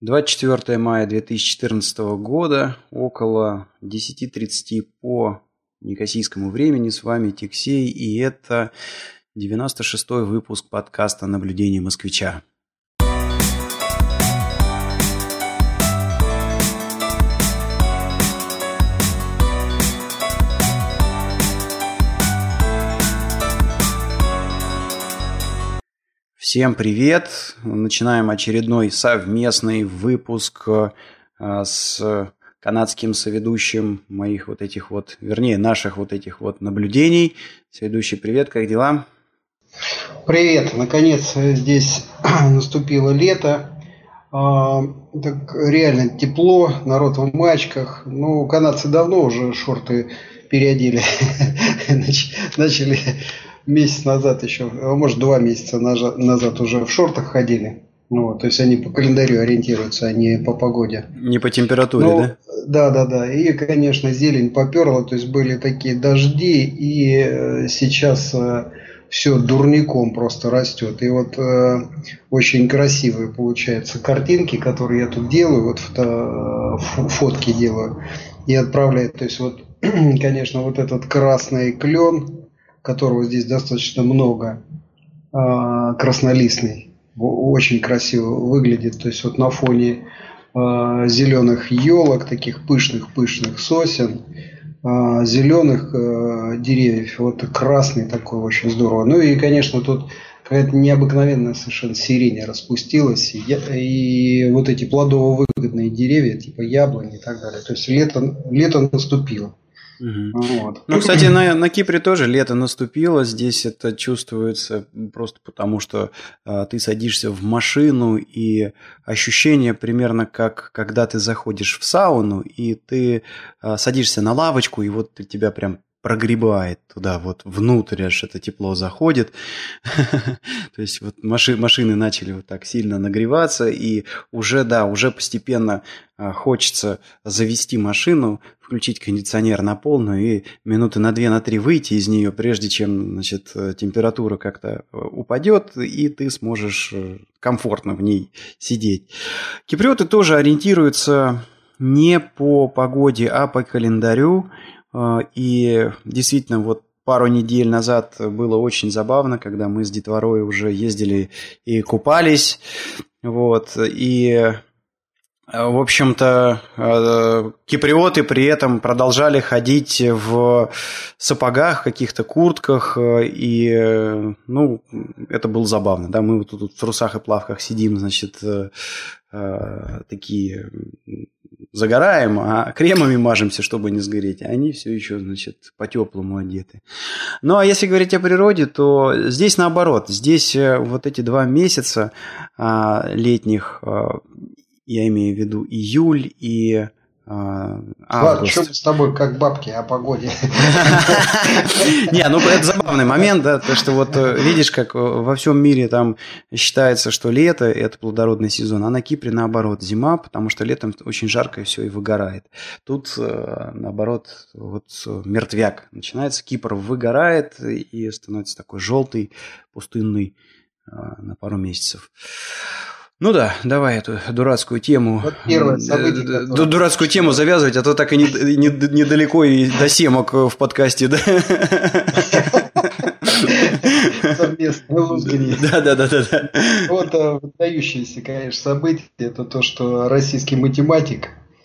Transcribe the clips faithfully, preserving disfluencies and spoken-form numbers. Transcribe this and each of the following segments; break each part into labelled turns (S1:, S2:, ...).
S1: двадцать четвёртое мая две тысячи четырнадцатого года, около десять тридцать по некосийскому времени. С вами Тиксей, и это девяносто шестой выпуск подкаста «Наблюдение москвича». Всем привет! Начинаем очередной совместный выпуск с канадским соведущим моих вот этих вот, вернее, наших вот этих вот наблюдений. Соведущий, привет, как дела?
S2: Привет! Наконец здесь наступило лето. Так реально тепло, народ в мачках. Ну, канадцы давно уже шорты переодели. Начали... Месяц назад еще, а может два месяца назад уже в шортах ходили. Ну, то есть они по календарю ориентируются, а не по погоде.
S1: Не по температуре,
S2: ну,
S1: да?
S2: Да, да, да. И, конечно, зелень поперла, то есть были такие дожди, и сейчас все дурником просто растет. И вот э, очень красивые получаются картинки, которые я тут делаю, вот фото, фотки делаю и отправляю. То есть вот, конечно, вот этот красный клен, которого здесь достаточно много, краснолистный, очень красиво выглядит. То есть вот на фоне зеленых елок, таких пышных-пышных сосен, зеленых деревьев, вот красный такой, очень здорово. Ну и, конечно, тут какая-то необыкновенная совершенно сирень распустилась, и, и вот эти плодово-выгодные деревья, типа яблони и так далее. То есть лето, лето наступило.
S1: Угу. Вот. Ну, кстати, на, на Кипре тоже лето наступило. Здесь это чувствуется просто потому, что а, ты садишься в машину, и ощущение примерно как когда ты заходишь в сауну, и ты а, садишься на лавочку, и вот тебя прям прогребает туда, вот внутрь аж это тепло заходит. То есть вот маши, машины начали вот так сильно нагреваться, и уже, да, уже постепенно а, хочется завести машину, включить кондиционер на полную и минуты на две, на три выйти из нее, прежде чем, значит, температура как-то упадет, и ты сможешь комфортно в ней сидеть. Киприоты тоже ориентируются не по погоде, а по календарю. И действительно, вот пару недель назад было очень забавно, когда мы с детворой уже ездили и купались. Вот, и, в общем-то, киприоты при этом продолжали ходить в сапогах, каких-то куртках, и, ну, это было забавно, да, мы вот тут в трусах и плавках сидим, значит, такие... загораем, а кремами мажемся, чтобы не сгореть, а они все еще, значит, по-теплому одеты. Ну, а если говорить о природе, то здесь наоборот. Здесь вот эти два месяца а, летних, а, я имею в виду июль и
S2: Ладно, что мы с тобой как бабки о погоде?
S1: Не, ну это забавный момент, да, то, что вот видишь, как во всем мире там считается, что лето – это плодородный сезон, а на Кипре наоборот зима, потому что летом очень жарко и все, и выгорает. Тут наоборот вот мертвяк начинается, Кипр выгорает и становится такой желтый, пустынный на пару месяцев. Ну да, давай эту дурацкую тему,
S2: вот первое событие, которое...
S1: дурацкую тему завязывать, а то так и не, не, недалеко и до семок в подкасте, да?
S2: Совместное лузгание.
S1: Да, да, да, да.
S2: Вот выдающееся, конечно, событие, это то, что российский математик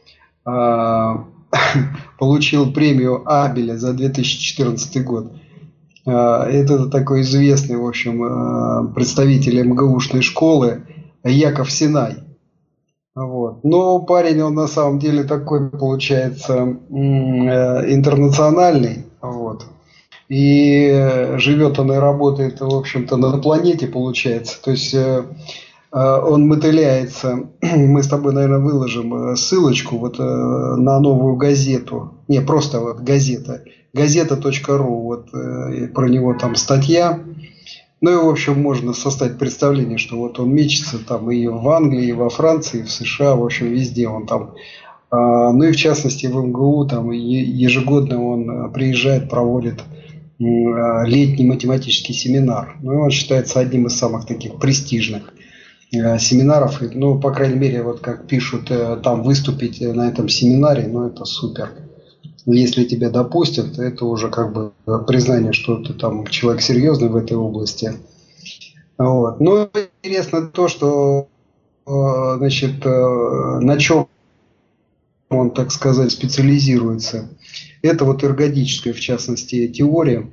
S2: получил премию Абеля за две тысячи четырнадцатый год. Это такой известный, в общем, представитель МГУшной школы Яков Синай. Вот. Но парень, он на самом деле такой, получается, интернациональный. Вот. И живет он и работает, в общем-то, на планете, получается. То есть он мотыляется. Мы с тобой, наверное, выложим ссылочку вот на новую газету. Не, просто вот газета. газета точка ру. Вот про него там статья. Ну и, в общем, можно составить представление, что вот он мечется там и в Англии, и во Франции, и в США, в общем, везде он там. Ну и в частности в МГУ там ежегодно он приезжает, проводит летний математический семинар. Ну и он считается одним из самых таких престижных. семинаров, ну, по крайней мере, вот как пишут, там выступить на этом семинаре, ну, это супер. Если тебя допустят, это уже как бы признание, что ты там человек серьезный в этой области. Вот. Но интересно то, что, значит, на чем он, так сказать, специализируется. Это вот эргодическая, в частности, теория.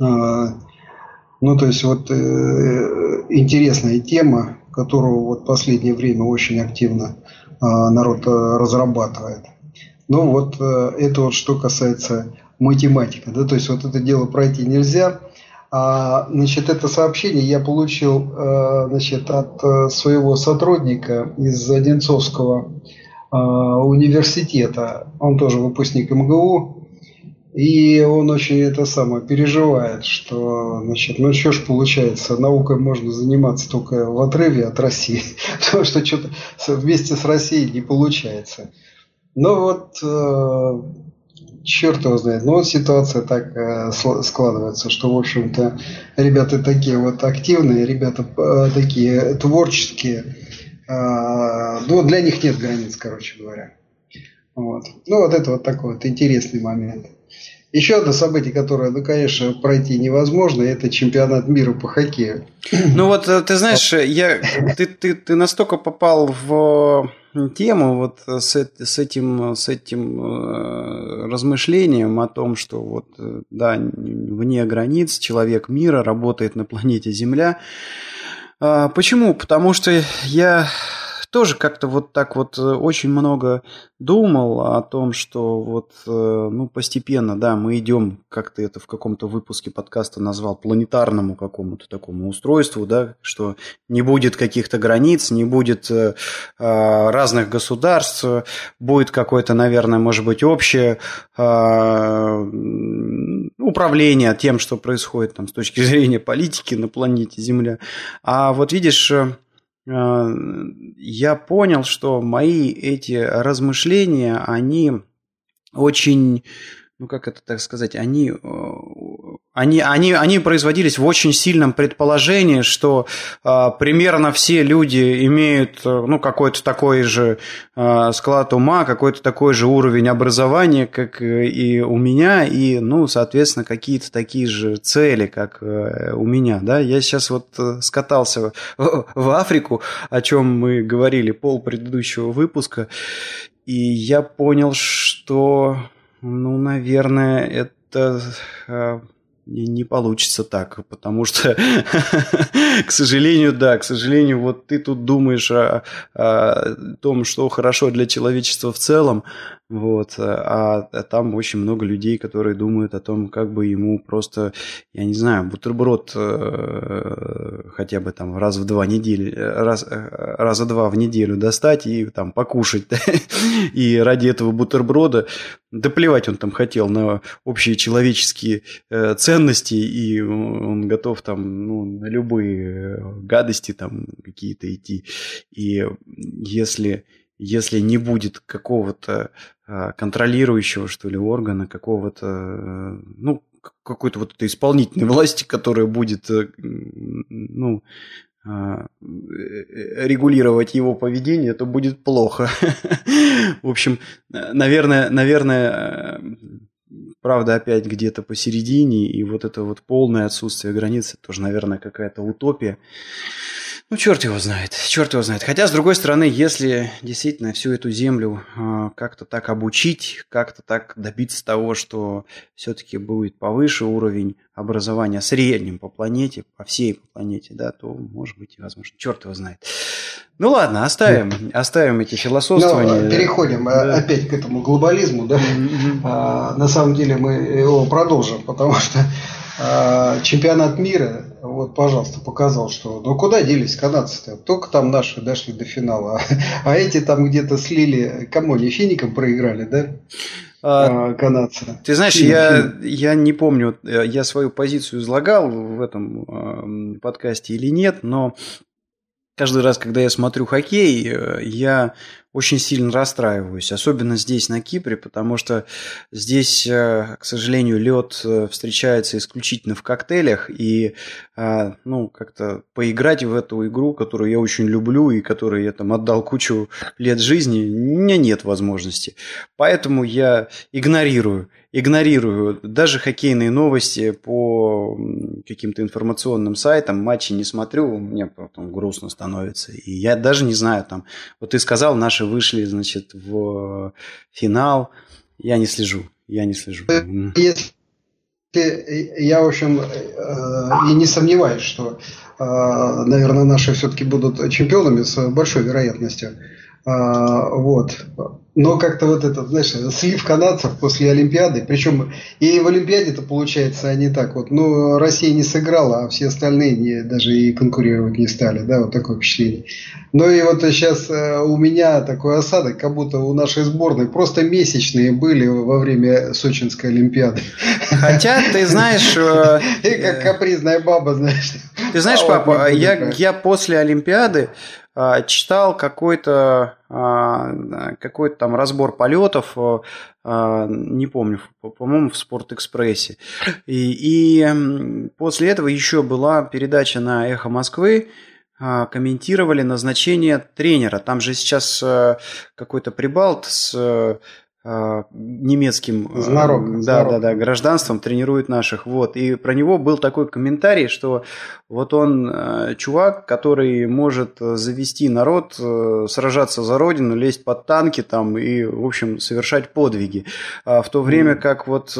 S2: Ну, то есть, вот интересная тема, которую вот в последнее время очень активно народ разрабатывает. Ну, вот это вот что касается математики. Да, то есть, вот это дело пройти нельзя. А, значит, это сообщение я получил, значит, от своего сотрудника из Одинцовского университета. Он тоже выпускник эм гэ у. И он очень это самое переживает, что, значит, ну что ж получается, наукой можно заниматься только в отрыве от России, потому что что-то вместе с Россией не получается. Ну вот, э, черт его знает, но вот ситуация так э, складывается, что, в общем-то, ребята такие вот активные, ребята э, такие творческие, э, ну, для них нет границ, короче говоря. Вот. Ну, вот это вот такой вот интересный момент. Еще одно событие, которое, ну, конечно, пройти невозможно, это чемпионат мира по хоккею.
S1: Ну вот, ты знаешь, я, ты, ты, ты настолько попал в тему вот с, с этим, с этим размышлением о том, что вот, да, вне границ человек мира работает на планете Земля. Почему? Потому что я тоже как-то вот так вот очень много думал о том, что вот, ну, постепенно, да, мы идем, как ты это в каком-то выпуске подкаста назвал, планетарному какому-то такому устройству, да, что не будет каких-то границ, не будет э, разных государств, будет какое-то, наверное, может быть, общее э, управление тем, что происходит там с точки зрения политики на планете Земля. А вот видишь, я понял, что мои эти размышления, они очень, ну как это так сказать, они, они, они, они производились в очень сильном предположении, что а, примерно все люди имеют, ну, какой-то такой же а, склад ума, какой-то такой же уровень образования, как и у меня, и, ну, соответственно, какие-то такие же цели, как у меня, да. Я сейчас вот скатался в, в Африку, о чем мы говорили пол предыдущего выпуска, и я понял, что... Ну, наверное, это э, не получится так, потому что, к сожалению, да, к сожалению, вот ты тут думаешь о, о том, что хорошо для человечества в целом, вот, а, а там очень много людей, которые думают о том, как бы ему просто, я не знаю, бутерброд э, хотя бы там раз в два недели, раз, раза два в неделю достать и там покушать, да? И ради этого бутерброда, да плевать он там хотел на общие человеческие э, ценности, и он готов там, ну, на любые гадости там какие-то идти. И если... Если не будет какого-то а, контролирующего, что ли, органа, какого-то, а, ну, какой-то вот этой исполнительной власти, которая будет, а, ну, а, регулировать его поведение, то будет плохо. В общем, наверное, наверное, правда опять где-то посередине, и вот это вот полное отсутствие границ, тоже, наверное, какая-то утопия. Ну, черт его знает, черт его знает. Хотя, с другой стороны, если действительно всю эту землю э, как-то так обучить, как-то так добиться того, что все-таки будет повыше уровень образования средним по планете, по всей планете, да, то, может быть, и возможно. Черт его знает. Ну, ладно, оставим, да. оставим эти философствования.
S2: Но переходим да. опять к этому глобализму, да. Mm-hmm. А, на самом деле мы его продолжим, потому что а, чемпионат мира, вот, пожалуйста, показал, что ну куда делись канадцы-то? Только там наши дошли до финала, а эти там где-то слили, кому не финикам проиграли, да? А, канадцы.
S1: Ты знаешь, фин, я, фин. я не помню, я свою позицию излагал в этом подкасте или нет, но каждый раз, когда я смотрю хоккей, я очень сильно расстраиваюсь, особенно здесь, на Кипре, потому что здесь, к сожалению, лед встречается исключительно в коктейлях, и ну, как-то поиграть в эту игру, которую я очень люблю и которой я там отдал кучу лет жизни, у меня нет возможности. Поэтому я игнорирую, игнорирую даже хоккейные новости по каким-то информационным сайтам, матчи не смотрю, мне потом грустно становится. И я даже не знаю, там, вот ты сказал, наши вышли, значит, в финал. Я не слежу, я не слежу.
S2: Если я, в общем, и не сомневаюсь, что, наверное, наши все-таки будут чемпионами с большой вероятностью. Вот. Но как-то вот этот, знаешь, слив канадцев после Олимпиады, причем и в Олимпиаде-то получается они так вот, ну, Россия не сыграла, а все остальные не, даже и конкурировать не стали, да, вот такое впечатление. Ну и вот сейчас у меня такой осадок, как будто у нашей сборной просто месячные были во время Сочинской Олимпиады.
S1: Хотя, ты знаешь...
S2: И как капризная баба, знаешь.
S1: Ты знаешь, папа, я, я после Олимпиады читал какой-то какой-то там разбор полетов, не помню, по-моему, в Спортэкспрессе. И, и после этого еще была передача на «Эхо Москвы», комментировали назначение тренера. Там же сейчас какой-то прибалт с немецким
S2: Знарок,
S1: да,
S2: знарок.
S1: да, да, гражданством тренирует наших. Вот. И про него был такой комментарий, что вот он чувак, который может завести народ, сражаться за родину, лезть под танки там, и, в общем, совершать подвиги. А в то время как вот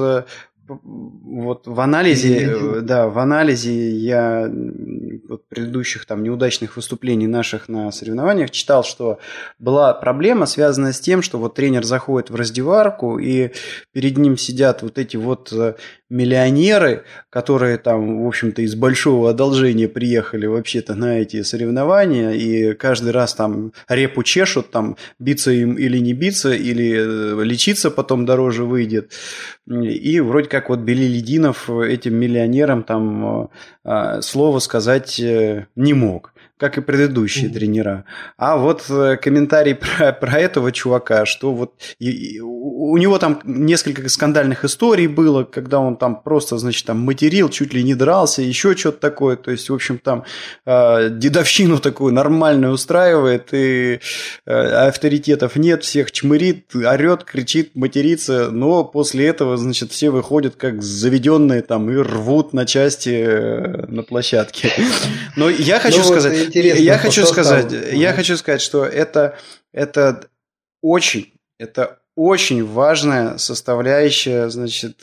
S1: вот в анализе, да, в анализе я вот предыдущих там неудачных выступлений наших на соревнованиях читал, что была проблема, связанная с тем, что вот тренер заходит в раздевалку, и перед ним сидят вот эти вот миллионеры, которые там, в общем-то, из большого одолжения приехали вообще-то на эти соревнования, и каждый раз там репу чешут, там биться им или не биться, или лечиться потом дороже выйдет. И вроде как вот Белилидинов этим миллионерам там слово сказать не мог, как и предыдущие mm-hmm. тренера. А вот комментарий про, про этого чувака, что вот и, у него там несколько скандальных историй было, когда он там просто, значит, там материл, чуть ли не дрался, еще что-то такое. То есть, в общем, там э, дедовщину такую нормальную устраивает, и э, авторитетов нет, всех чмырит, орет, кричит, матерится, но после этого, значит, все выходят как заведенные там и рвут на части на площадке. Но я хочу ну, сказать... Я хочу сказать, я хочу сказать, что это, это очень, это очень важная составляющая, значит,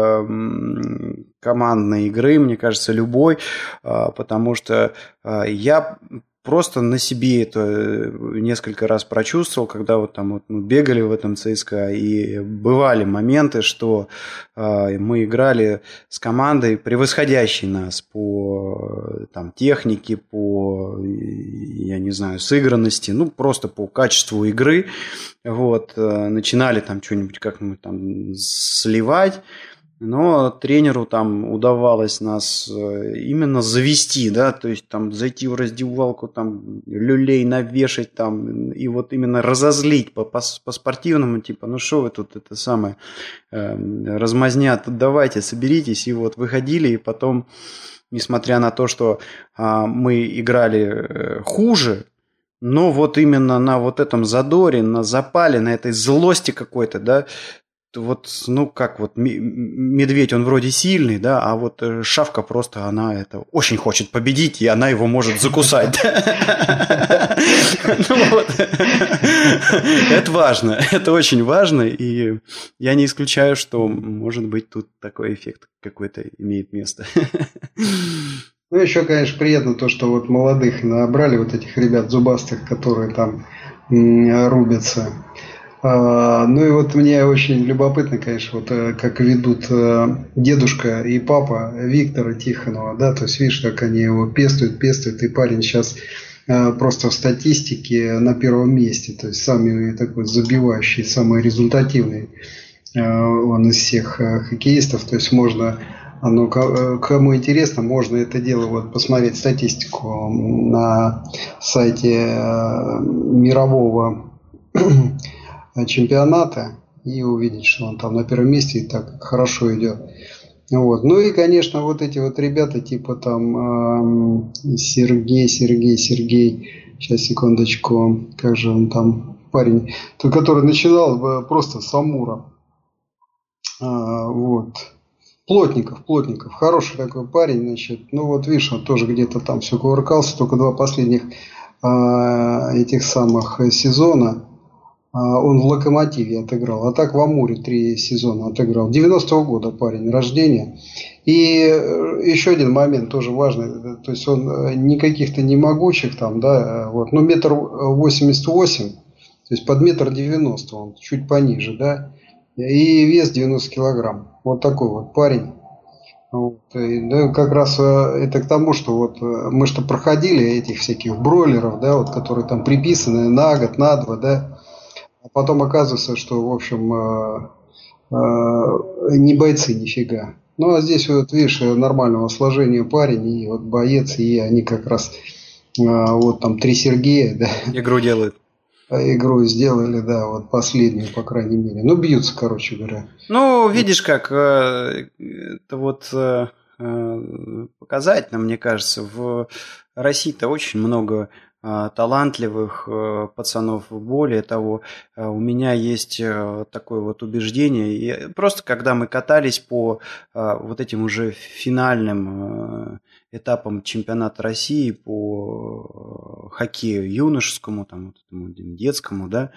S1: командной игры, мне кажется, любой, потому что я просто на себе это несколько раз прочувствовал, когда вот там вот мы бегали в этом ЦСКА, и бывали моменты, что э, мы играли с командой, превосходящей нас по там, технике, по, я не знаю, сыгранности, ну, просто по качеству игры. Вот, э, начинали там что-нибудь как-нибудь там сливать. Но тренеру там удавалось нас именно завести, да, то есть там зайти в раздевалку, там люлей навешать, там, и вот именно разозлить по, по, по спортивному, типа, ну что вы тут это самое, э, размазня, тут давайте, соберитесь, и вот выходили, и потом, несмотря на то, что э, мы играли э, хуже, но вот именно на вот этом задоре, на запале, на этой злости какой-то, да, вот, ну, как вот медведь, он вроде сильный, да, а вот шавка просто, она это очень хочет победить, и она его может закусать. Это важно, это очень важно, и я не исключаю, что, может быть, тут такой эффект какой-то имеет место.
S2: Ну, еще, конечно, приятно то, что вот молодых набрали, вот этих ребят зубастых, которые там рубятся. А, ну и вот мне очень любопытно, конечно, вот как ведут дедушка и папа Виктора Тихонова, да, то есть видишь, как они его пестуют, пестуют, и парень сейчас просто в статистике на первом месте, то есть самый такой забивающий, самый результативный он из всех хоккеистов, то есть можно, ну, кому интересно, можно это дело вот посмотреть статистику на сайте мирового чемпионата и увидеть, что он там на первом месте и так хорошо идет. Вот. Ну и, конечно, вот эти вот ребята, типа там э, Сергей, Сергей, Сергей, сейчас, секундочку, как же он там, парень, тот, который начинал просто с Амура. А, вот. Плотников, Плотников, хороший такой парень, значит, ну вот видишь, он тоже где-то там все кувыркался, только два последних а, этих самых сезона а, он в Локомотиве отыграл, а так в Амуре три сезона отыграл. девяностого года парень, рождения. И еще один момент тоже важный, то есть он не каких-то не могучих там, да, вот, ну метр восемьдесят восемь, то есть под метр девяносто, он чуть пониже, да, и вес девяносто килограмм. Вот такой вот парень. Вот. И, да, как раз это к тому, что вот мы что проходили этих всяких бройлеров, да, вот, которые там приписаны на год, на два, да, а потом оказывается, что, в общем, э, э, не бойцы нифига. Ну, а здесь вот, видишь, нормального сложения парень и вот боец, и они как раз э, вот там три Сергея, да.
S1: Игру делают.
S2: Игру сделали, да, вот последнюю, по крайней мере. Ну, бьются, короче говоря.
S1: Ну, видишь, как это вот показательно, мне кажется, в России-то очень много талантливых пацанов. Более того, у меня есть такое вот убеждение. И просто когда мы катались по вот этим уже финальным этапам чемпионата России по хоккею юношескому, там, вот этому детскому, да,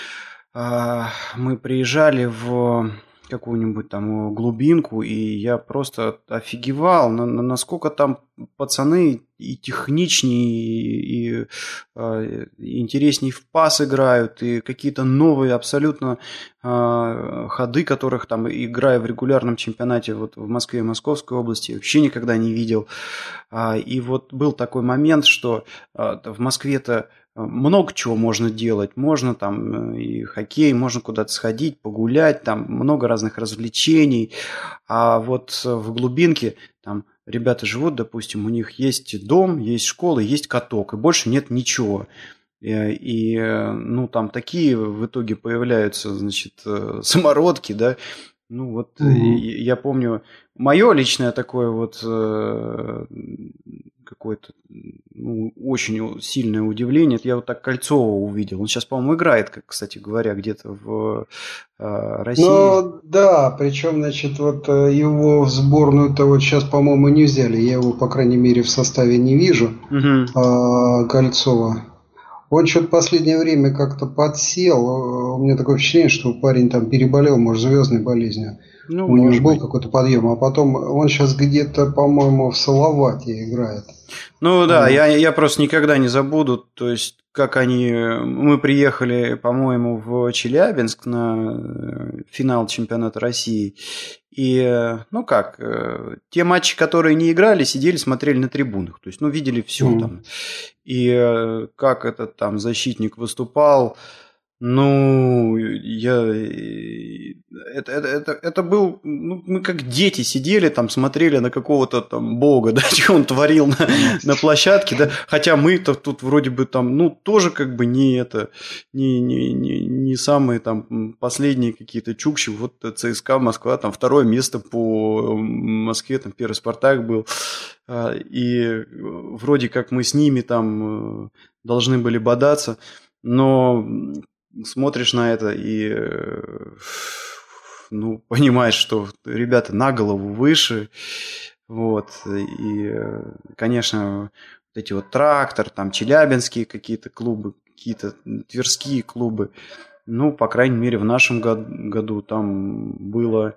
S1: мы приезжали в какую-нибудь там глубинку, и я просто офигевал, насколько там пацаны и техничнее, и, и интереснее в пас играют, и какие-то новые абсолютно э, ходы, которых там, играя в регулярном чемпионате вот в Москве и Московской области, вообще никогда не видел. А, и вот был такой момент, что э, в Москве-то много чего можно делать. Можно там и хоккей, можно куда-то сходить, погулять, там много разных развлечений. А вот в глубинке там ребята живут, допустим, у них есть дом, есть школа, есть каток, и больше нет ничего. И, и ну, там такие в итоге появляются, значит, самородки, да. Ну вот mm-hmm. я помню, мое личное такое вот какое-то ну, очень сильное удивление. Это я вот так Кольцова увидел. Он сейчас, по-моему, играет, как, кстати говоря, где-то в э, России.
S2: Ну, да, причем, значит, вот его в сборную-то вот сейчас, по-моему, не взяли. Я его, по крайней мере, в составе не вижу. Uh-huh. А, Кольцова. Он что-то в последнее время как-то подсел. У меня такое впечатление, что парень там переболел, может, звездной болезнью. Ну, у него был быть. какой-то подъем, а потом он сейчас где-то, по-моему, в Салавате играет.
S1: Ну да, я, я просто никогда не забуду, то есть как они, мы приехали, по-моему, в Челябинск на финал чемпионата России, и, ну как, те матчи, которые не играли, сидели, смотрели на трибунах, то есть, ну, видели все mm. там, и как этот там защитник выступал. Ну, я... Это, это, это, это был... Ну, мы как дети сидели там, смотрели на какого-то там бога, да, что он творил на, на площадке, да, хотя мы-то тут вроде бы там, ну, тоже как бы не это, не, не, не, не самые там последние какие-то чукчи, вот ЦСКА Москва, там второе место по Москве, там первый Спартак был, и вроде как мы с ними там должны были бодаться, но... Смотришь на это и ну, понимаешь, что ребята на голову выше. Вот. И, конечно, вот эти вот Трактор, там челябинские какие-то клубы, какие-то тверские клубы. Ну, по крайней мере, в нашем году там было,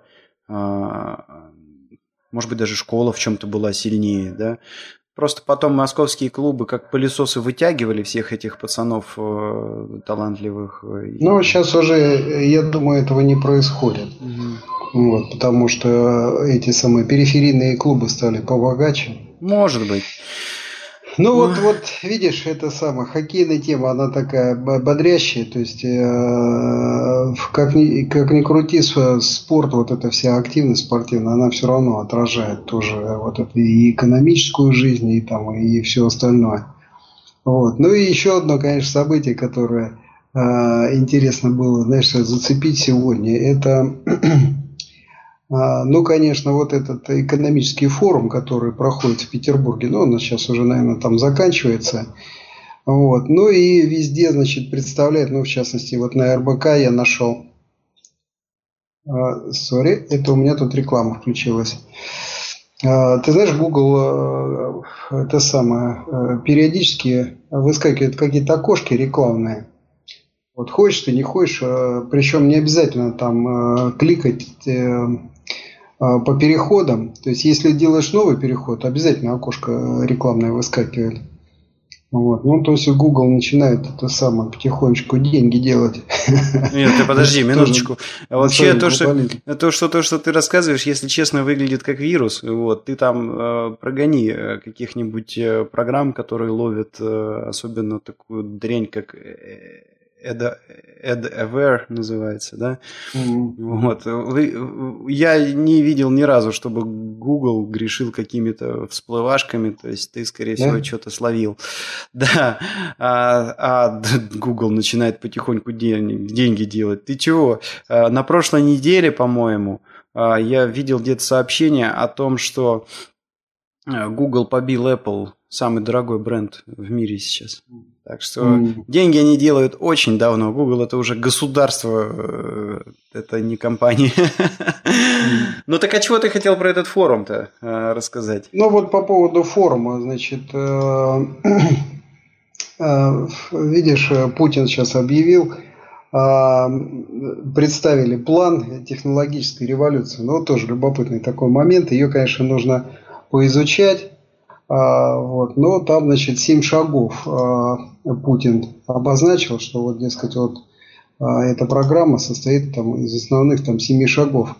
S1: может быть, даже школа в чем-то была сильнее, да. Просто потом московские клубы как пылесосы вытягивали всех этих пацанов э, талантливых.
S2: Ну, сейчас уже, я думаю, этого не происходит. Угу. Вот, потому что эти самые периферийные клубы стали побогаче.
S1: Может быть.
S2: Ну вот, вот, видишь, это самая хоккейная тема, она такая бодрящая, то есть э, как, ни, как ни крути, спорт, вот эта вся активность спортивная, она все равно отражает тоже вот эту и экономическую жизнь, и там, и все остальное. Вот. Ну и еще одно, конечно, событие, которое интересно было, знаешь, зацепить сегодня. Это, ну, конечно, вот этот экономический форум, который проходит в Петербурге, ну, он сейчас уже, наверное, там заканчивается. Вот. Ну и везде, значит, представляет, ну, в частности, вот на эр бэ ка я нашел. Сори, это у меня тут реклама включилась. Ты знаешь, Google это самое, периодически выскакивают какие-то окошки рекламные. Вот хочешь ты, не хочешь, причем не обязательно там кликать по переходам. То есть, если делаешь новый переход, обязательно окошко рекламное выскакивает. Вот. Ну, то есть Google начинает это самое потихонечку деньги делать.
S1: Нет, ты подожди, минуточку. Вообще то, что, то, что, то, что ты рассказываешь, если честно, выглядит как вирус. Вот. Ты там э, прогони каких-нибудь программ, которые ловят э, особенно такую дрянь, как AdAware называется, да? Mm-hmm. Вот. Вы, я не видел ни разу, чтобы Google грешил какими-то всплывашками, то есть ты, скорее yeah. всего, что-то словил. Да, а, а Google начинает потихоньку день, деньги делать. Ты чего? На прошлой неделе, по-моему, я видел где-то сообщение о том, что Google побил Apple, самый дорогой бренд в мире сейчас. Так что mm. деньги они делают очень давно. Google это уже государство, это не компания. Mm. Ну так а чего ты хотел про этот форум-то э, рассказать?
S2: Ну вот по поводу форума, значит, э, э, видишь, Путин сейчас объявил, э, представили план технологической революции. Ну вот тоже любопытный такой момент. Ее, конечно, нужно поизучать. А, вот, но там, значит, семь шагов а, Путин обозначил, что вот, дескать, вот а, эта программа состоит там из основных там семи шагов.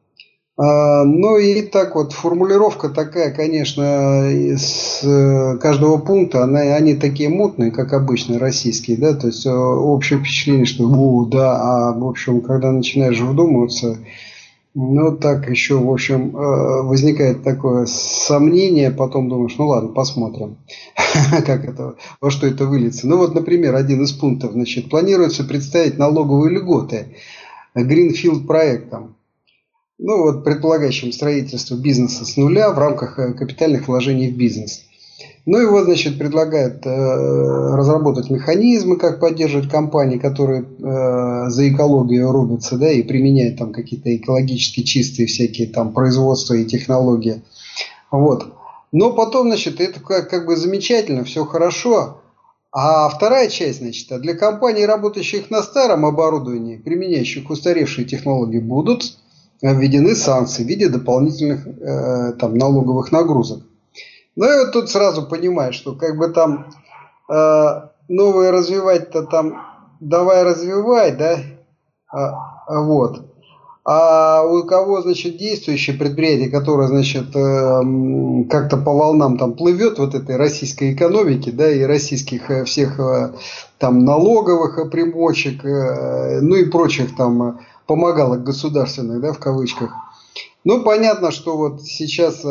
S2: А, ну и так вот формулировка такая, конечно, из каждого пункта, она, они такие мутные, как обычно российские, да, то есть общее впечатление, что у, да, а в общем, когда начинаешь вдумываться. Ну, так еще, в общем, возникает такое сомнение, потом думаешь, ну ладно, посмотрим, как это, во что это выльется. Ну вот, например, один из пунктов, значит, планируется представить налоговые льготы Greenfield проектам, ну вот, предполагающим строительство бизнеса с нуля в рамках капитальных вложений в бизнес. Ну и вот, значит, предлагают э, разработать механизмы, как поддерживать компании, которые э, за экологию рубятся, да, и применяют там какие-то экологически чистые всякие там производства и технологии. Вот. Но потом, значит, это как, как бы замечательно, все хорошо. А вторая часть, значит, для компаний, работающих на старом оборудовании, применяющих устаревшие технологии, будут введены санкции в виде дополнительных э, там, налоговых нагрузок. Ну и вот тут сразу понимаешь, что как бы там э, новое развивать-то там давай развивай, да, а, вот. А у кого, значит, действующее предприятие, которое, значит, э, как-то по волнам там плывет вот этой российской экономики, да, и российских э, всех э, там налоговых примочек, э, ну и прочих там помогалок государственных, да, в кавычках. Ну, понятно, что вот сейчас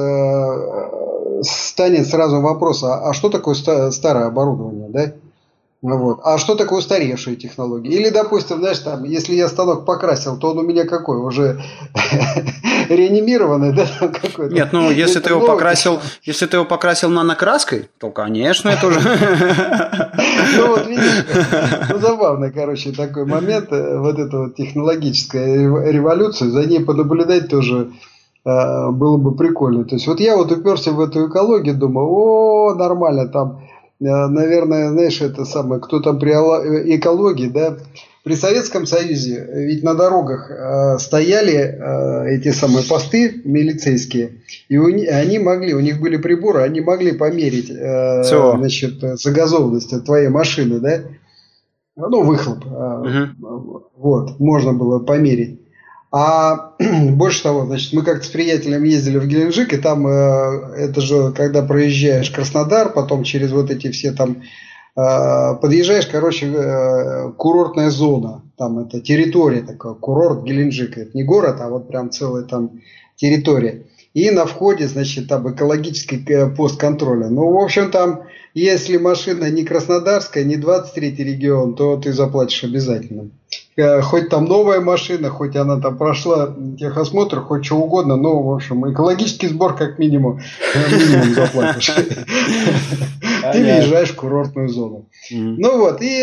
S2: э, станет сразу вопрос, а, а что такое ста- старое оборудование, да? Вот. А что такое устаревшие технологии? Или, допустим, знаешь, там, если я станок покрасил, то он у меня какой? Уже реанимированный, да? Какой-то?
S1: Нет, ну, если ты его покрасил, если ты его покрасил нанокраской, то, конечно, это уже...
S2: Ну, вот видишь, ну, забавный, короче, такой момент, вот эта вот технологическая революция, за ней понаблюдать тоже было бы прикольно. То есть, вот я вот уперся в эту экологию, думаю, о, нормально, там, наверное, знаешь, это самое, кто там при экологии, да, при Советском Союзе ведь на дорогах э, стояли э, эти самые посты милицейские, и у, они могли, у них были приборы, они могли померить э, значит, загазованность твоей машины, да, ну, выхлоп, э, угу. Вот, можно было померить. А больше того, значит, мы как-то с приятелем ездили в Геленджик, и там, э, это же, когда проезжаешь Краснодар, потом через вот эти все там, э, подъезжаешь, короче, э, курортная зона, там это территория такая, курорт Геленджика, это не город, а вот прям целая там территория. и на входе, значит, там экологический пост контроля. Ну, в общем, там, если машина не краснодарская, не двадцать третий регион, то ты заплатишь обязательно. Хоть там новая машина, хоть она там прошла техосмотр, хоть что угодно, но, в общем, экологический сбор как минимум, минимум заплатишь. Ты въезжаешь в курортную зону. Ну вот, и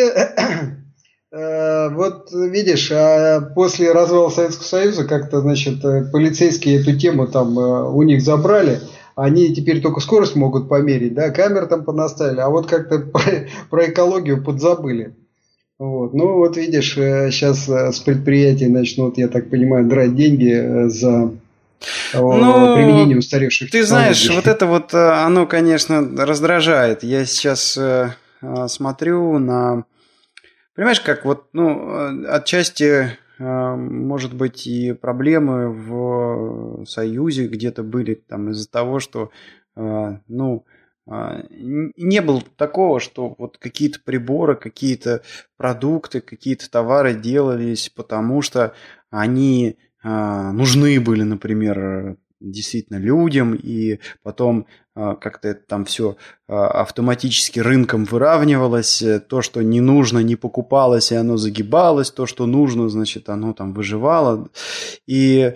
S2: вот видишь, после развала Советского Союза как-то, значит, полицейские эту тему там у них забрали. Они теперь только скорость могут померить, да, камер там понаставили, а вот как-то про, про экологию подзабыли. Вот. Ну, вот видишь, сейчас с предприятий начнут, я так понимаю, драть деньги за ну, применение устаревших
S1: ты технологий. Знаешь, вот это вот, оно, конечно, раздражает. Я сейчас смотрю на... Понимаешь, как вот, ну, отчасти, может быть, и проблемы в Союзе где-то были там из-за того, что, ну... Не было такого, что вот какие-то приборы, какие-то продукты, какие-то товары делались, потому что они нужны были, например, действительно людям, и потом как-то это там все автоматически рынком выравнивалось, то, что не нужно, не покупалось, и оно загибалось, то, что нужно, значит, оно там выживало. И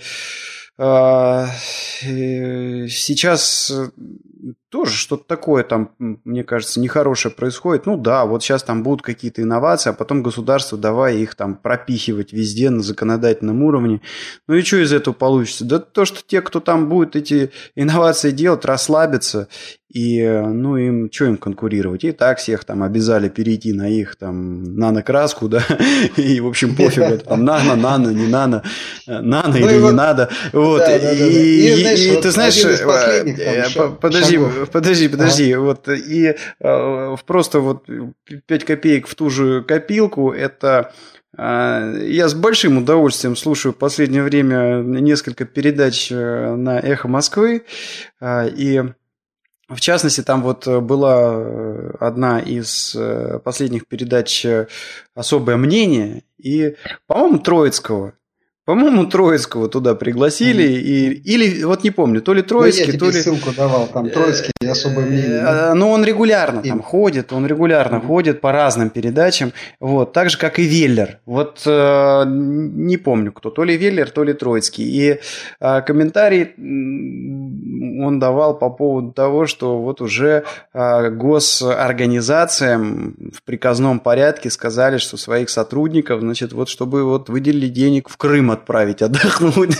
S1: сейчас тоже что-то такое там, мне кажется, нехорошее происходит. Ну да, вот сейчас там будут какие-то инновации, а потом государство давай их там пропихивать везде на законодательном уровне. Ну и что из этого получится? Да то, что те, кто там будет эти инновации делать, расслабятся. И, ну, им, что им конкурировать? И так всех там обязали перейти на их там нанокраску, да, и, в общем, пофигу, там, нано, нано, не нано, нано или не надо, вот, и ты знаешь, подожди, подожди, подожди, вот, и просто вот пять копеек в ту же копилку, это... Я с большим удовольствием слушаю в последнее время несколько передач на «Эхо Москвы», и... В частности, там вот была одна из последних передач «Особое мнение», и, по-моему, Троицкого. По-моему, Троицкого туда пригласили, mm-hmm. и, или, вот не помню, то ли Троицкий,
S2: ну, я тебе
S1: то ли...
S2: ссылку давал, там Троицкий и «Особое мнение».
S1: Да? Но он регулярно там ходит, он регулярно mm-hmm. ходит по разным передачам, вот, так же, как и Веллер. Вот э, не помню, кто, то ли Веллер, то ли Троицкий. И э, комментарий он давал по поводу того, что вот уже э, госорганизациям в приказном порядке сказали, что своих сотрудников, значит, вот чтобы вот выделили денег в Крым отправить отдохнуть.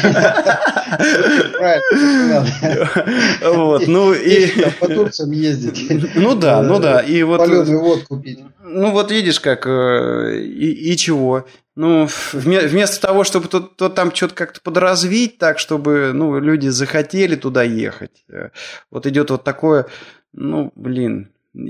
S1: Вот, ну и
S2: по Турциям ездить.
S1: Ну да, ну да, и вот
S2: паленую водку пить.
S1: Ну вот видишь, как и, и чего. Ну, вместо того, чтобы то, то там что-то как-то подразвить, так, чтобы ну, люди захотели туда ехать. Вот идет вот такое, ну, блин.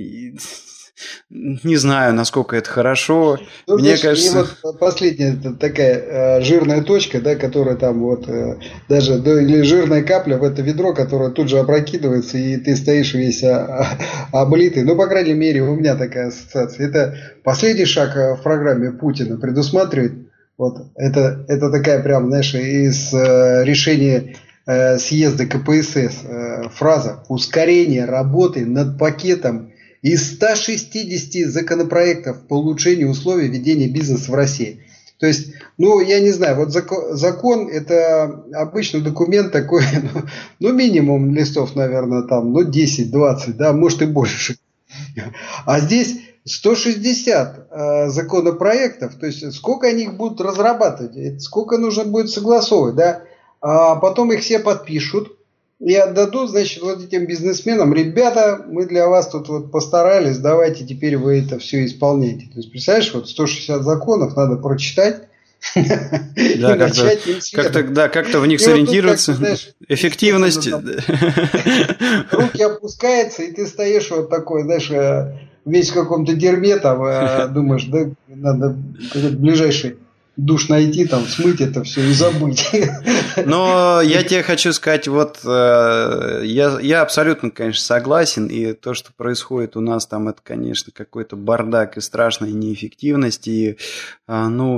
S1: Не знаю, насколько это хорошо.
S2: Ну,
S1: Мне
S2: знаешь,
S1: кажется...
S2: И вот последняя такая э, жирная точка, да, которая там вот э, даже да, или жирная капля в это ведро, которое тут же опрокидывается, и ты стоишь весь а, а, облитый. Ну, по крайней мере, у меня такая ассоциация. Это последний шаг в программе Путина предусматривает. Вот это, это такая прям, знаешь, из э, решения э, съезда ка пэ эс эс э, фраза «Ускорение работы над пакетом из ста шестидесяти законопроектов по улучшению условий ведения бизнеса в России». То есть, ну, я не знаю, вот закон, закон это обычно документ такой, ну, ну, минимум листов, наверное, там, ну, десять-двадцать, да, может и больше. А здесь сто шестьдесят э, законопроектов, то есть, сколько они их будут разрабатывать, сколько нужно будет согласовывать, да, а потом их все подпишут. И отдадут, значит, вот этим бизнесменам: ребята, мы для вас тут вот постарались, давайте теперь вы это все исполняете. То есть, представляешь, вот сто шестьдесят законов надо прочитать.
S1: Да, как-то, как-то, да, как-то в них сориентироваться. Вот тут, эффективность.
S2: Руки опускаются, и ты стоишь вот такой, знаешь, весь в каком-то дерьме, там, думаешь, да, надо какой-то ближайший душ найти, там, смыть это все и забыть.
S1: Но я тебе хочу сказать, вот я, я абсолютно, конечно, согласен, и то, что происходит у нас там, это, конечно, какой-то бардак и страшная неэффективность, и, ну,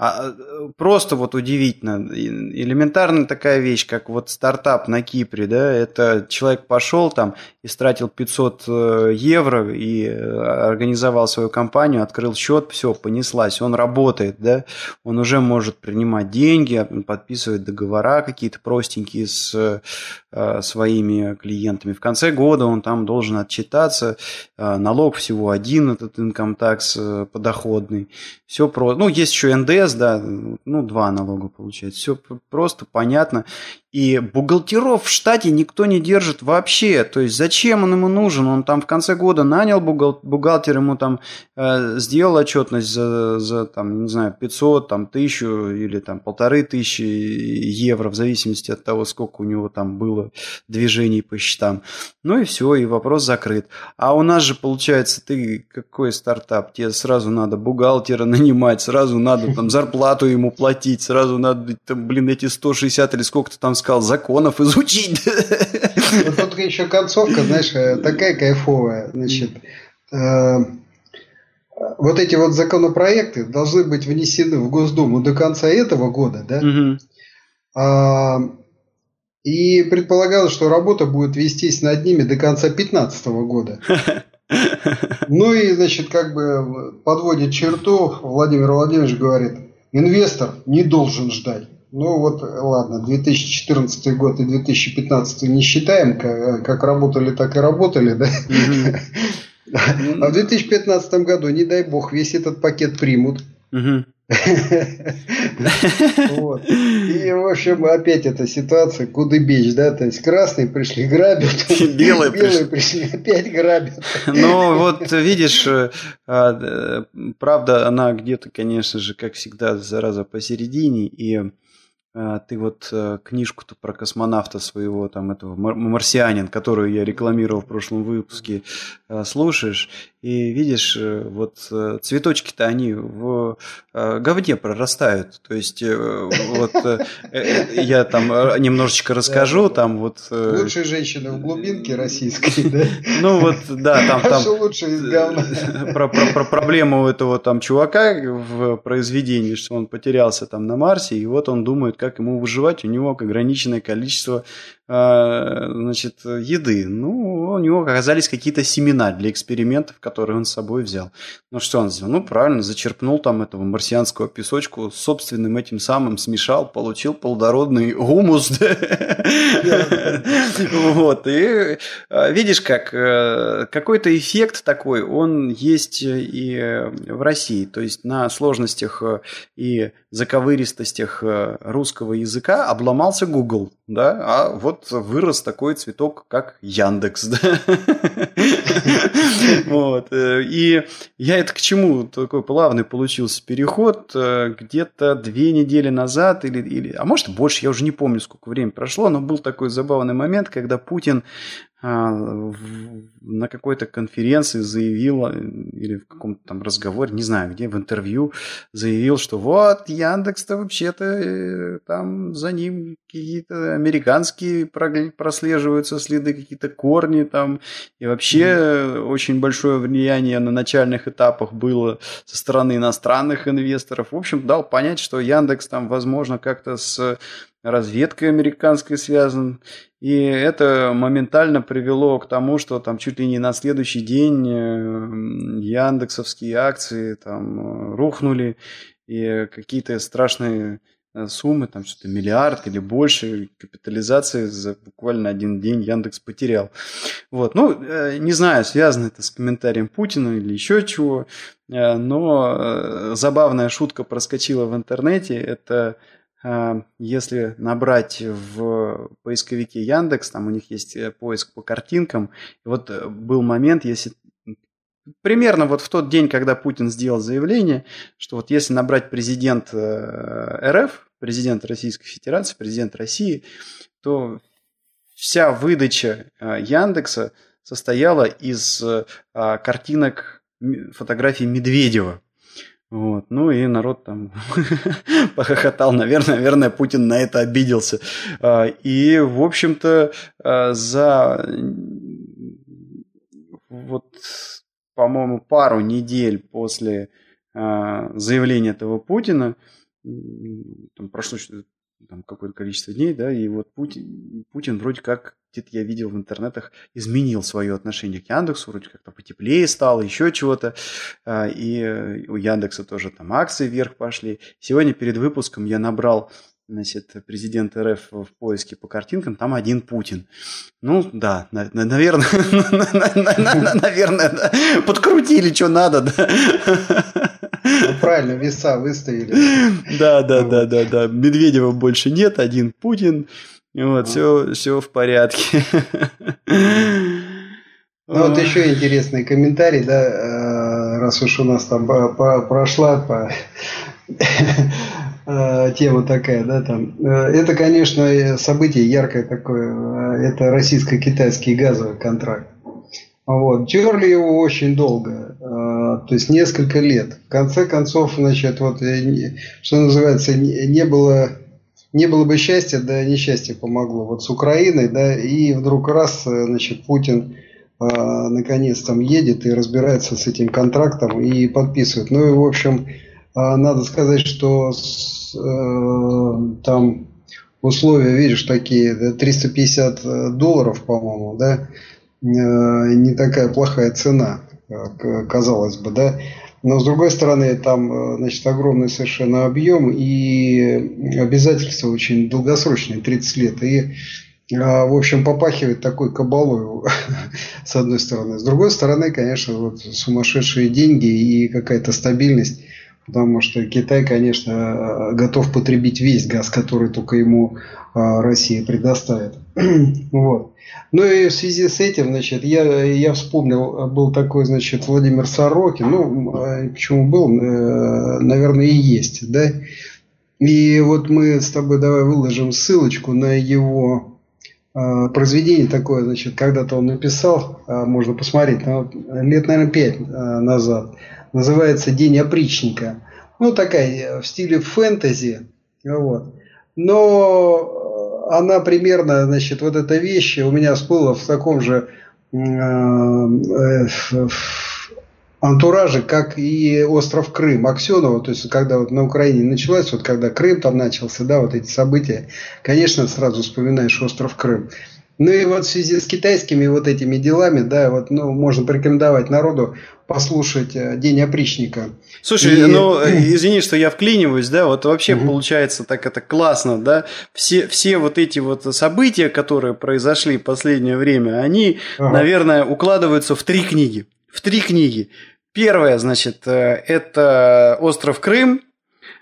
S1: А просто вот удивительно, элементарная такая вещь, как вот стартап на Кипре, да, это человек пошел там, истратил пятьсот евро и организовал свою компанию, открыл счет, все, понеслась, он работает, да, он уже может принимать деньги, подписывать договора какие-то простенькие с своими клиентами. В конце года он там должен отчитаться, налог всего один, этот income tax подоходный, все просто, ну, есть еще эн дэ эс, да, ну, два налога получается, все просто, понятно. И бухгалтеров в штате никто не держит вообще. То есть зачем он ему нужен? Он там в конце года нанял бухгалтер, бухгалтер ему там э, сделал отчетность за, за там, не знаю, пятьсот, там, тысячу или там полторы тысячи евро, в зависимости от того, сколько у него там было движений по счетам. Ну и все, и вопрос закрыт. А у нас же получается, ты какой стартап? Тебе сразу надо бухгалтера нанимать, сразу надо там зарплату ему платить, сразу надо, там, блин, эти сто шестьдесят или сколько-то там сказал, законов изучить.
S2: Вот тут еще концовка, знаешь, такая кайфовая. Значит, э, вот эти вот законопроекты должны быть внесены в Госдуму до конца этого года, да?
S1: Угу.
S2: А, и предполагалось, что работа будет вестись над ними до конца две тысячи пятнадцатого года. Ну и, значит, как бы подводит черту, Владимир Владимирович говорит, инвестор не должен ждать. Ну вот, ладно, две тысячи четырнадцатый год и две тысячи пятнадцатый не считаем, как, как работали, так и работали, да? Mm-hmm. А в две тысячи пятнадцатом году, не дай бог, весь этот пакет примут. Mm-hmm. Вот. И, в общем, опять эта ситуация, кудыбечь, да, то есть красные пришли, грабят,
S1: белые,
S2: белые пришли, опять грабят.
S1: Ну, вот видишь, правда, она где-то, конечно же, как всегда, зараза посередине, и ты вот книжку-то про космонавта своего, там, этого «Марсианин», которую я рекламировал в прошлом выпуске, слушаешь, и видишь, вот цветочки-то они в говне прорастают. То есть, вот я там немножечко расскажу, там вот...
S2: Лучшие женщины в глубинке российской, да?
S1: Ну вот, да, там...
S2: А что лучше из говна?
S1: Про, про, про проблему этого там чувака в произведении, что он потерялся там на Марсе, и вот он думает, как ему выживать, у него ограниченное количество значит, еды. Ну, у него оказались какие-то семена для экспериментов, которые он с собой взял. Ну, что он сделал? Ну, правильно, зачерпнул там этого марсианского песочку, собственным этим самым смешал, получил плодородный гумус. Вот, и видишь, как какой-то эффект такой, он есть и в России. То есть на сложностях и заковыристостях русского языка обломался Google, да, а вот вырос такой цветок, как Яндекс, да. Вот. И я это к чему? Такой плавный получился переход. Где-то две недели назад, или, или, а может больше, я уже не помню, сколько времени прошло, но был такой забавный момент, когда Путин на какой-то конференции заявил, или в каком-то там разговоре, не знаю где, в интервью, заявил, что вот Яндекс-то вообще-то там за ним какие-то американские прослеживаются следы, какие-то корни там, и вообще mm-hmm. очень большое влияние на начальных этапах было со стороны иностранных инвесторов. В общем, дал понять, что Яндекс там, возможно, как-то с разведкой американской связан. И это моментально привело к тому, что там чуть ли не на следующий день яндексовские акции там рухнули, и какие-то страшные суммы, там что-то миллиард или больше капитализации за буквально один день Яндекс потерял. Вот. Ну, не знаю, связано это с комментарием Путина или еще чего, но забавная шутка проскочила в интернете. Это если набрать в поисковике Яндекс, там у них есть поиск по картинкам, и вот был момент, если примерно вот в тот день, когда Путин сделал заявление, что вот если набрать президент эр эф, президент Российской Федерации, президент России, то вся выдача Яндекса состояла из картинок, фотографий Медведева. Вот. Ну и народ там похохотал, наверное, наверное, Путин на это обиделся. И, в общем-то, за вот, по-моему, пару недель после заявления этого Путина там прошло там какое-то количество дней, да, и вот Путин, Путин вроде как, где-то я видел в интернетах, изменил свое отношение к Яндексу, вроде как-то потеплее стало, еще чего-то, и у Яндекса тоже там акции вверх пошли. Сегодня перед выпуском я набрал, значит, президент эр эф в поиске по картинкам, там один Путин. Ну, да, наверное, наверное, подкрутили, что надо, да.
S2: Ну, правильно, веса выставили.
S1: Да, да, да, да, да. Медведева больше нет, один Путин. Вот, все, все в порядке.
S2: Ну, вот еще интересный комментарий, да, раз уж у нас там прошла по... тема такая, да, там. Это, конечно, событие яркое такое. Это российско-китайский газовый контракт. Вот. Терли его очень долго, то есть несколько лет. В конце концов, значит, вот, что называется, не было, не было бы счастья, да несчастье помогло. Вот с Украиной, да, и вдруг раз, значит, Путин наконец там едет и разбирается с этим контрактом и подписывает. Ну и, в общем, надо сказать, что там условия, видишь, такие, да, триста пятьдесят долларов, по-моему, да, не такая плохая цена, казалось бы, да. Но с другой стороны, там, значит, огромный совершенно объем и обязательства очень долгосрочные, тридцать лет. И, в общем, попахивает такой кабалой, с одной стороны. С другой стороны, конечно, вот сумасшедшие деньги и какая-то стабильность. Потому что Китай, конечно, готов потребить весь газ, который только ему Россия предоставит. Вот. Ну и в связи с этим, значит, я, я вспомнил, был такой, значит, Владимир Сорокин. Ну, почему был, наверное, и есть, да. И вот мы с тобой давай выложим ссылочку на его произведение такое, значит, когда-то он написал, можно посмотреть, лет, наверное, пять назад. Называется «День опричника». Ну, такая в стиле фэнтези. Вот. Но она примерно, значит, вот эта вещь у меня всплыла в таком же э, э, антураже, как и остров Крым Аксенова. То есть, когда вот на Украине началось, вот когда Крым там начался, да, вот эти события, конечно, сразу вспоминаешь остров Крым. Ну и вот в связи с китайскими вот этими делами, да, вот, ну, можно порекомендовать народу послушать «День опричника».
S1: Слушай, и... ну, извини, что я вклиниваюсь, да, вот вообще угу. получается так это классно, да, все, все вот эти вот события, которые произошли в последнее время, они, ага. наверное, укладываются в три книги, в три книги. Первая, значит, это «Остров Крым», угу.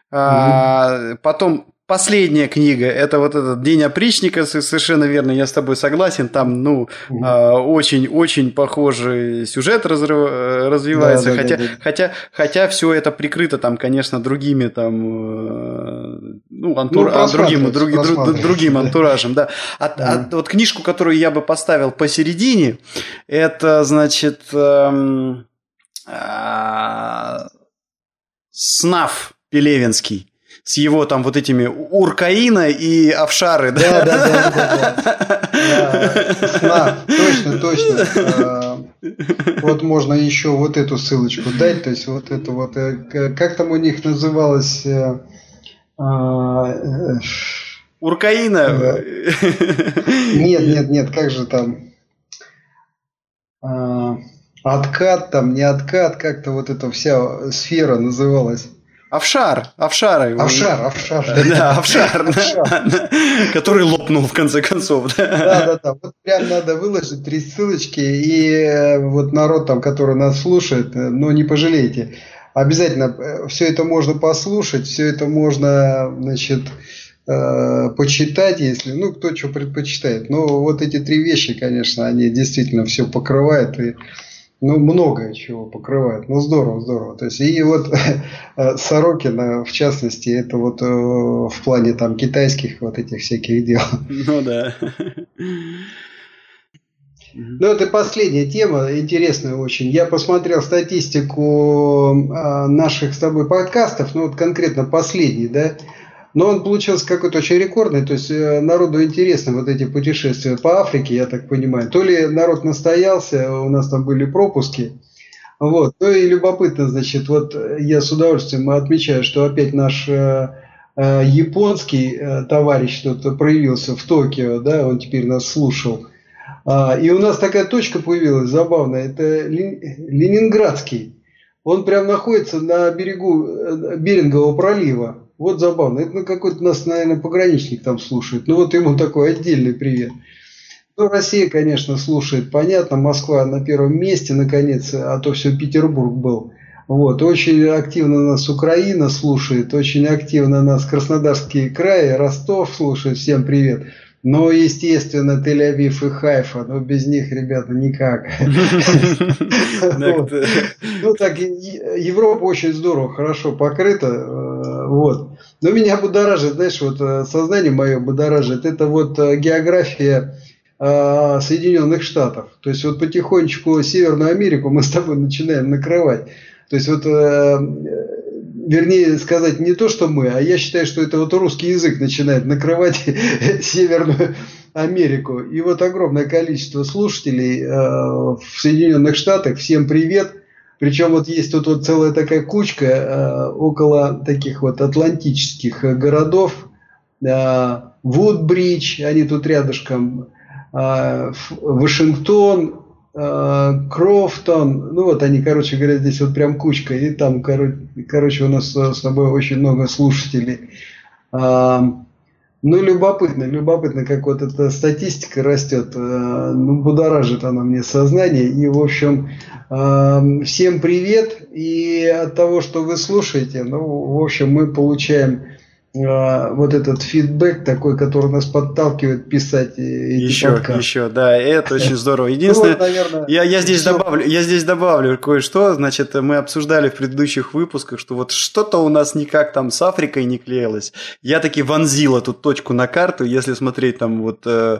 S1: а, потом... Последняя книга – это вот этот «День опричника», совершенно верно, я с тобой согласен, там, ну, очень-очень похожий сюжет разрыв, развивается, да, хотя, да, да. Хотя, хотя все это прикрыто, там, конечно, другими, там, ну, антур... ну другим, друг, друг, другим антуражем, да. А, mm. а вот книжку, которую я бы поставил посередине, это, значит, эм, э, «Снаф» Пелевинский. С его там вот этими Уркаина и Овшары,
S2: да? Да, да, да, да. Сна, точно, точно. Вот можно еще вот эту ссылочку дать, то есть вот это вот, как там у них называлось?
S1: Уркаина?
S2: Нет, нет, нет, как же там? Откат там, не откат, как-то вот эта вся сфера называлась.
S1: Офшар, офшар.
S2: Офшар, офшар.
S1: Да, офшар, который лопнул в конце концов.
S2: Да, да, да. Вот прям надо выложить три ссылочки, и вот народ там, который нас слушает, ну не пожалейте. Обязательно все это можно послушать, все это можно, значит, почитать, если, ну, кто что предпочитает. Но вот эти три вещи, конечно, они действительно все покрывают и ну, многое чего покрывает. Ну, здорово, здорово. То есть, и вот Сорокина, в частности, это вот в плане там китайских вот этих всяких дел.
S1: Ну, да.
S2: Ну, это последняя тема, интересная очень. Я посмотрел статистику наших с тобой подкастов, ну, вот конкретно последний, да. Но он получился какой-то очень рекордный, то есть народу интересны вот эти путешествия по Африке, я так понимаю. То ли народ настоялся, у нас там были пропуски, вот. Ну и любопытно, значит, вот я с удовольствием отмечаю, что опять наш японский товарищ тут проявился в Токио, да, он теперь нас слушал. И у нас такая точка появилась забавная, это Ленинградский. Он прям находится на берегу Берингового пролива. Вот забавно. Это ну, какой-то нас, наверное, пограничник там слушает. Ну вот ему такой отдельный привет. Ну, Россия, конечно, слушает, понятно. Москва на первом месте, наконец, а то все Петербург был. Вот. Очень активно нас Украина слушает, очень активно нас Краснодарский край, Ростов слушает. Всем привет. Ну, естественно, Тель-Авив и Хайфа, но без них, ребята, никак. Ну, так, Европа очень здорово, хорошо покрыта, вот. Но меня будоражит, знаешь, вот сознание мое будоражит, это вот география Соединенных Штатов. То есть, вот потихонечку Северную Америку мы с тобой начинаем накрывать. То есть, вот... Вернее сказать, не то, что мы, а я считаю, что это вот русский язык начинает накрывать Северную Америку. И вот огромное количество слушателей э, в Соединенных Штатах. Всем привет. Причем вот есть тут вот целая такая кучка э, около таких вот атлантических городов. Э, Вудбридж, они тут рядышком. Э, Вашингтон. Крофтон, ну вот они, короче говоря, здесь вот прям кучка, и там, короче, у нас с тобой очень много слушателей. Ну, любопытно, любопытно, как вот эта статистика растет, ну, будоражит она мне сознание, и, в общем, всем привет, и от того, что вы слушаете, ну, в общем, мы получаем вот этот фидбэк такой, который нас подталкивает писать эти
S1: еще,
S2: подкасты.
S1: Еще, да, это очень здорово. Единственное, ну, вот, наверное, я, я, здесь добавлю, я здесь добавлю кое-что. Значит, мы обсуждали в предыдущих выпусках, что вот что-то у нас никак там с Африкой не клеилось. Я таки вонзила тут точку на карту. Если смотреть там вот э,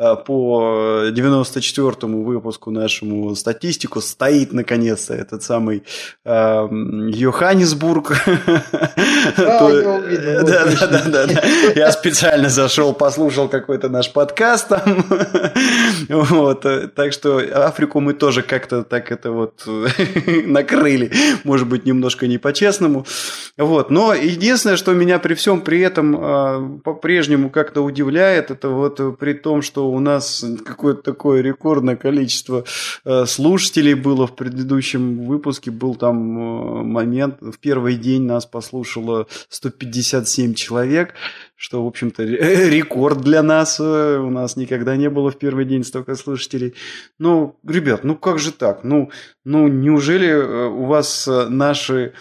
S1: по девяносто четвёртому выпуску нашему статистику, стоит наконец-то этот самый э, Йоханнесбург.
S2: Да, я увидел.
S1: Да, да, да, да. Я специально зашел, послушал какой-то наш подкаст там. Вот. Так что Африку мы тоже как-то так это вот накрыли. Может быть, немножко не по-честному. Вот. Но единственное, что меня при всем при этом по-прежнему как-то удивляет, это вот при том, что у нас какое-то такое рекордное количество слушателей было в предыдущем выпуске. Был там момент, в первый день нас послушало сто пятьдесят семь человек, что, в общем-то, рекорд для нас. У нас никогда не было в первый день столько слушателей. Ну, ребят, ну как же так? Ну, ну неужели у вас наши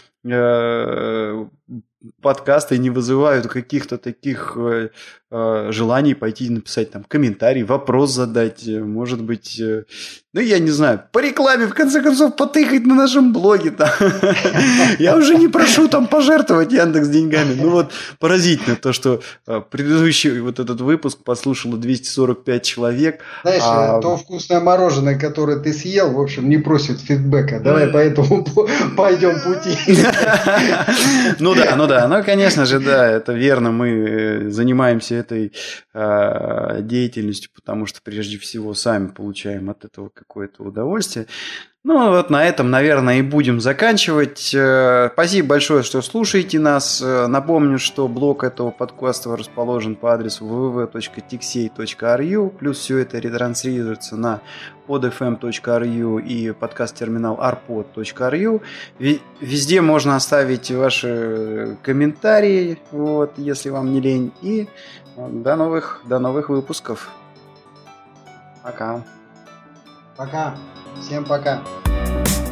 S1: э, подкасты не вызывают каких-то таких э, желаний пойти написать там комментарий, вопрос задать, может быть, э, ну, я не знаю, по рекламе, в конце концов, потыкать на нашем блоге там. Я уже не прошу там пожертвовать Яндекс деньгами. Ну, вот поразительно то, что предыдущий вот этот выпуск послушало двести сорок пять человек.
S2: Знаешь, а... то вкусное мороженое, которое ты съел, в общем, не просит фидбэка. Давай поэтому пойдем пути.
S1: Ну да, ну да, ну, конечно же, да, это верно, мы занимаемся этой деятельностью, потому что прежде всего сами получаем от этого какое-то удовольствие. Ну, вот на этом, наверное, и будем заканчивать. Спасибо большое, что слушаете нас. Напомню, что блог этого подкаста расположен по адресу дабл ю дабл ю дабл ю точка тиксей точка ар ю. Плюс все это ретранслируется на под эф эм точка ар ю и подкаст-терминал арпод точка ар ю. Везде можно оставить ваши комментарии, вот, если вам не лень. И до новых, до новых выпусков. Пока.
S2: Пока. Всем пока.